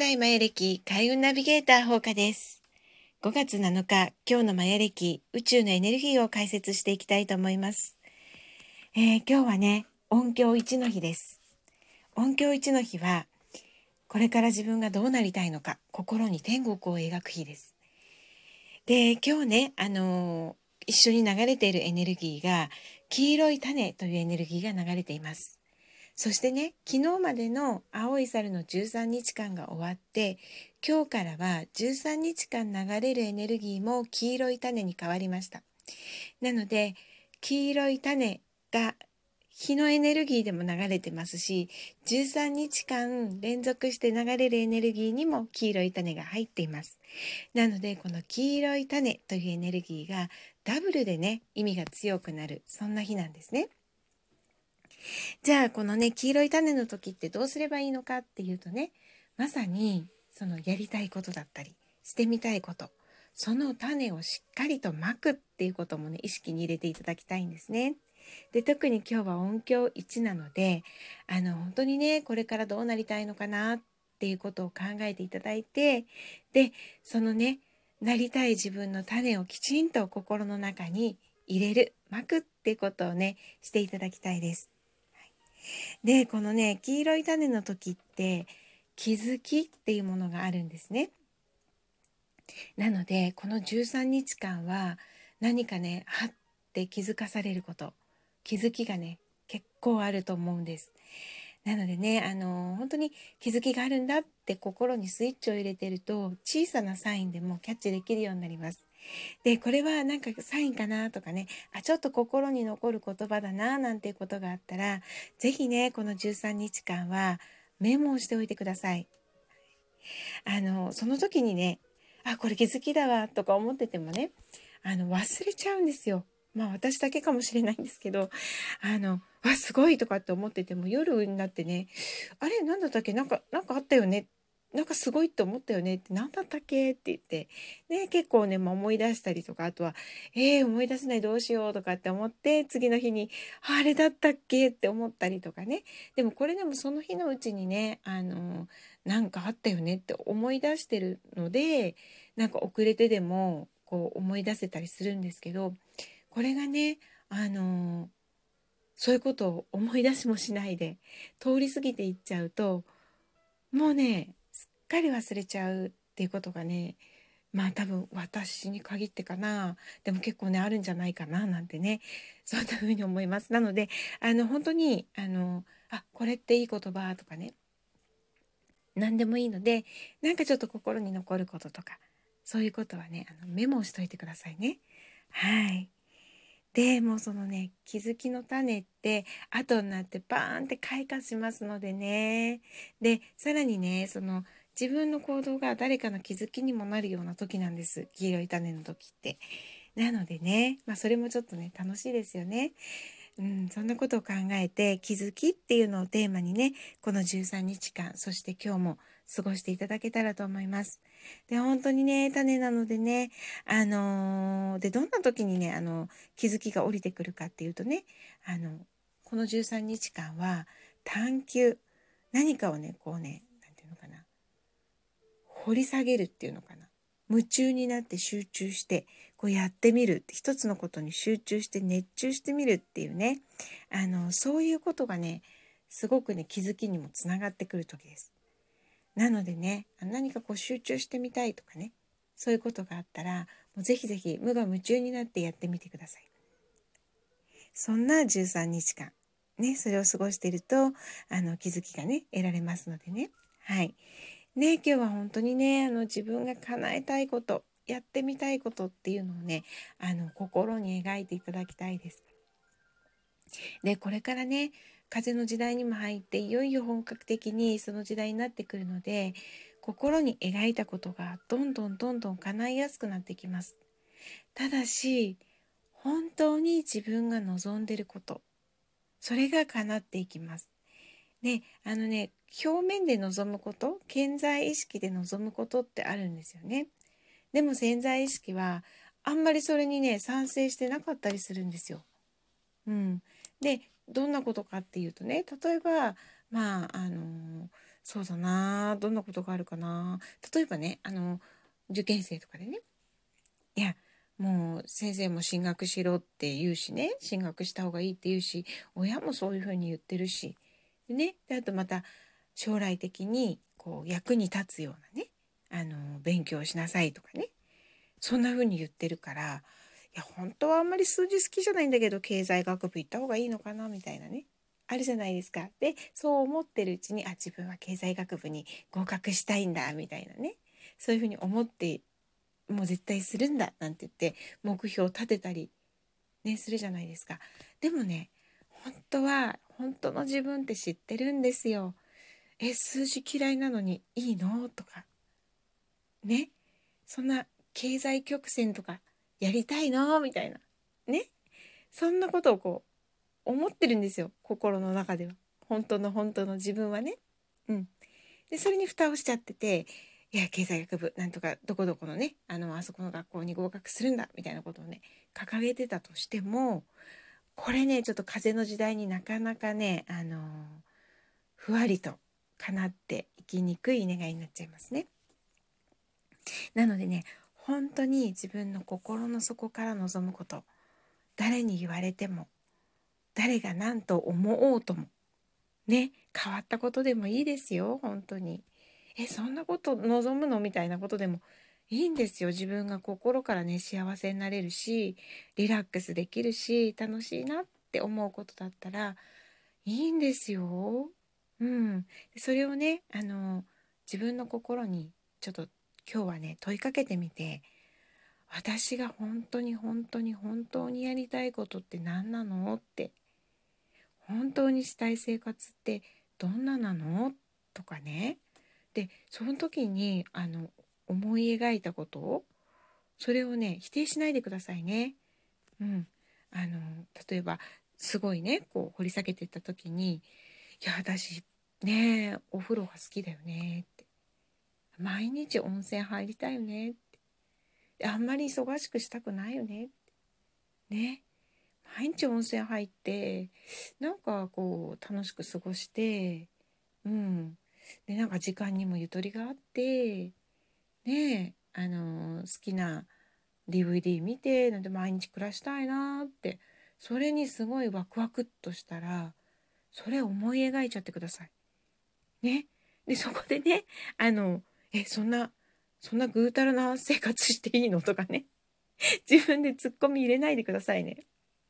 代マヤ暦開運ナビゲーター放課です。5月7日、今日のマヤ暦宇宙のエネルギーを解説していきたいと思います。今日はね、音響1の日です。音響1の日は、これから自分がどうなりたいのか、心に天国を描く日です。で、今日ね、一緒に流れているエネルギーが、黄色い種というエネルギーが流れています。そしてね、昨日までの青い猿の13日間が終わって、今日からは13日間流れるエネルギーも黄色い種に変わりました。なので、黄色い種が日のエネルギーでも流れてますし、13日間連続して流れるエネルギーにも黄色い種が入っています。なので、この黄色い種というエネルギーがダブルでね、意味が強くなる、そんな日なんですね。じゃあこのね、黄色い種の時ってどうすればいいのかっていうとね、まさにそのやりたいことだったりしてみたいこと、その種をしっかりとまくっていうこともね、意識に入れていただきたいんですね。で、特に今日は音響1なので、本当にね、これからどうなりたいのかなっていうことを考えていただいて、で、そのね、なりたい自分の種をきちんと心の中に入れる、まくっていうことをね、していただきたいです。で、このね、黄色い種の時って気づきっていうものがあるんですね。なので、この13日間は何かね、はって気づかされること、気づきがね、結構あると思うんです。なのでね、本当に気づきがあるんだって心にスイッチを入れてると、小さなサインでもキャッチできるようになります。で、これはなんかサインかなとかね、ちょっと心に残る言葉だななんていうことがあったら、ぜひね、この13日間はメモをしておいてください。その時にね、これ気づきだわとか思っててもね、忘れちゃうんですよ。まあ私だけかもしれないんですけど、すごいとかって思ってても夜になってね、あれなんだったっけ、なんかあったよね、なんかすごいって思ったよねって、なんだったっけって言って、ね、結構ね、思い出したりとか、あとは、思い出せないどうしようとかって思って、次の日に、あれだったっけって思ったりとかね。でもこれでもその日のうちにね、なんかあったよねって思い出してるので、なんか遅れてでもこう思い出せたりするんですけど、これがね、あのそういうことを思い出しもしないで通り過ぎていっちゃうと、もうね、すっかり忘れちゃうっていうことがね、まあ多分私に限ってかな。でも結構ね、あるんじゃないかななんてね、そんな風に思います。なので、本当に、これっていい言葉とかね、何でもいいので、なんかちょっと心に残ることとか、そういうことはね、メモをしといてくださいね。はい。で、もうそのね、気づきの種って後になってバーンって開花しますのでね。で、さらにね、その自分の行動が誰かの気づきにもなるような時なんです。黄色い種の時って。なのでね、それもちょっとね、楽しいですよね。そんなことを考えて気づきっていうのをテーマにね、この13日間、そして今日も過ごしていただけたらと思います。で、本当にね、種なのでね、で、どんな時にね、気づきが降りてくるかっていうとね、この13日間は探求、何かをね、こうね、なんていうのかな、掘り下げるっていうのかな。夢中になって集中して、こうやってみる。一つのことに集中して熱中してみるっていうね。そういうことがね、すごくね、気づきにもつながってくる時です。なのでね、何かこう集中してみたいとかね、そういうことがあったら、もうぜひぜひ無我夢中になってやってみてください。そんな13日間、ね、それを過ごしていると、気づきがね、得られますのでね。はい。ね、今日は本当にね、自分が叶えたいこと、やってみたいことっていうのをね、心に描いていただきたいです。で、これからね、風の時代にも入って、いよいよ本格的にその時代になってくるので、心に描いたことがどんどんどんどん叶いやすくなってきます。ただし、本当に自分が望んでること、それが叶っていきます。で、表面で望むこと、潜在意識で望むことってあるんですよね。でも潜在意識はあんまりそれにね、賛成してなかったりするんですよ。で、どんなことかっていうとね、例えば、まあ、 そうだな、どんなことがあるかな。例えばね、受験生とかでね、いや、もう先生も進学しろって言うしね、進学した方がいいって言うし、親もそういうふうに言ってるし、でね、であとまた将来的にこう役に立つようなね、勉強しなさいとかね、そんな風に言ってるから、いや本当はあんまり数字好きじゃないんだけど経済学部行った方がいいのかなみたいなね、あるじゃないですか。でそう思ってるうちに、あ、自分は経済学部に合格したいんだみたいなね、そういう風に思って、もう絶対するんだなんて言って目標を立てたりねするじゃないですか。でもね、本当は本当の自分って知ってるんですよ。数字嫌いなのにいいのとかね、そんな経済曲線とかやりたいのみたいなね、そんなことをこう思ってるんですよ、心の中では。本当の自分はね。うん。でそれに蓋をしちゃってて、いや経済学部なんとかどこどこのね、あそこの学校に合格するんだみたいなことをね掲げてたとしても、これねちょっと風の時代になかなかね、ふわりと叶っていきにくい願いになっちゃいますね。なのでね、本当に自分の心の底から望むこと、誰に言われても、誰が何と思おうとも、ね、変わったことでもいいですよ、本当に。そんなこと望むのみたいなことでもいいんですよ。自分が心からね、幸せになれるし、リラックスできるし、楽しいなって思うことだったらいいんですよ。うん。それをね、自分の心にちょっと今日はね、問いかけてみて、私が本当に本当に本当にやりたいことって何なのって、本当にしたい生活ってどんななのとかね。でその時に思い描いたことを、それをね否定しないでくださいね。うん。例えばすごいねこう掘り下げていった時に、いや私ねお風呂が好きだよねって、毎日温泉入りたいよねって、あんまり忙しくしたくないよねってね、毎日温泉入ってなんかこう楽しく過ごして、うん、でなんか時間にもゆとりがあって、ね、好きな DVD 見てなんて毎日暮らしたいなって、それにすごいワクワクっとしたら、それ思い描いちゃってくださいね。でそこでね、あのそんなぐうたらな生活していいのとかね、自分でツッコミ入れないでくださいね。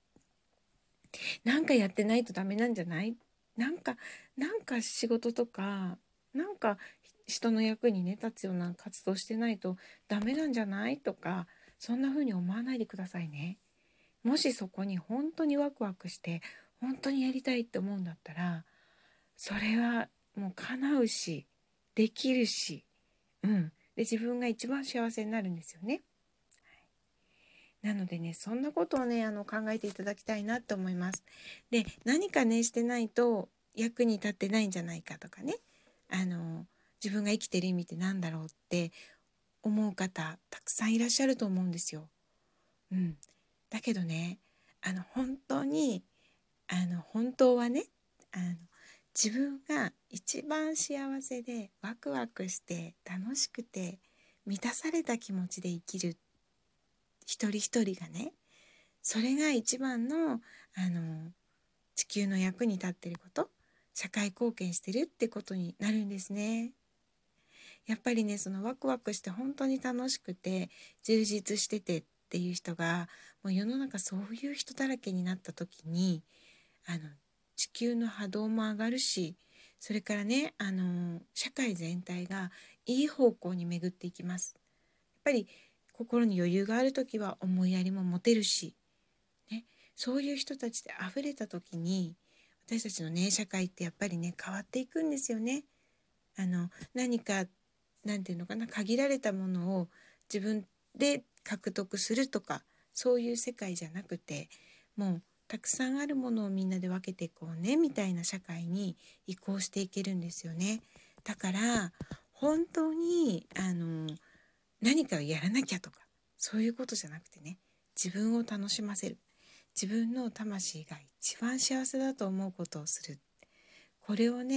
なんかやってないとダメなんじゃない、なんか仕事とか、なんか人の役にね立つような活動してないとダメなんじゃないとか、そんな風に思わないでくださいね。もしそこに本当にワクワクして本当にやりたいって思うんだったら、それはもう叶うし、できるし、うん。で自分が一番幸せになるんですよね。なのでね、そんなことをね、考えていただきたいなと思います。で、何かね、してないと役に立ってないんじゃないかとかね、自分が生きてる意味って何だろうって思う方、たくさんいらっしゃると思うんですよ。うん。だけどね、本当に、本当はね、あの、自分が一番幸せでワクワクして楽しくて満たされた気持ちで生きる一人一人がね、それが一番の地球の役に立っていること、社会貢献してるってことになるんですね。やっぱりね、そのワクワクして本当に楽しくて充実しててっていう人が、もう世の中そういう人だらけになった時に、あの地球の波動も上がるし、それからね、社会全体がいい方向に巡っていきます。やっぱり心に余裕がある時は思いやりも持てるし、ね、そういう人たちで溢れた時に、私たちのね社会ってやっぱりね変わっていくんですよね。何かなんていうのかな、限られたものを自分で獲得するとか、そういう世界じゃなくて、もうたくさんあるものをみんなで分けていこうねみたいな社会に移行していけるんですよね。だから本当に何かをやらなきゃとかそういうことじゃなくてね、自分を楽しませる、自分の魂が一番幸せだと思うことをする、これをね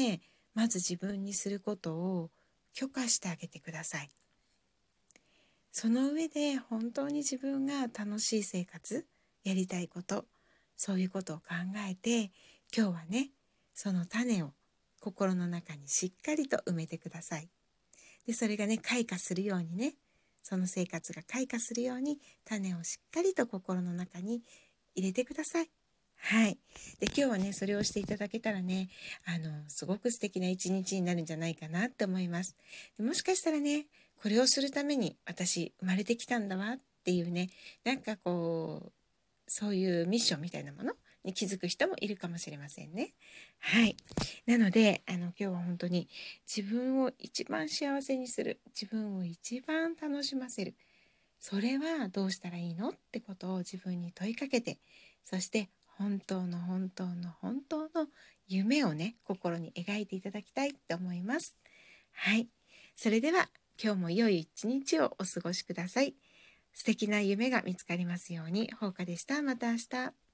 まず自分にすることを許可してあげてください。その上で本当に自分が楽しい生活、やりたいこと、そういうことを考えて、今日はね、その種を心の中にしっかりと埋めてください。で、それがね、開花するようにね、その生活が開花するように種をしっかりと心の中に入れてください。はい。で、今日はね、それをしていただけたらね、すごく素敵な一日になるんじゃないかなって思います。で、もしかしたらね、これをするために私生まれてきたんだわっていうね、なんかこう、そういうミッションみたいなものに気づく人もいるかもしれませんね。はい。なので、今日は本当に自分を一番幸せにする、自分を一番楽しませる。それはどうしたらいいのってことを自分に問いかけて、そして本当の本当の本当の夢をね、心に描いていただきたいと思います。はい。それでは今日も良い一日をお過ごしください。素敵な夢が見つかりますように。ほうかでした。また明日。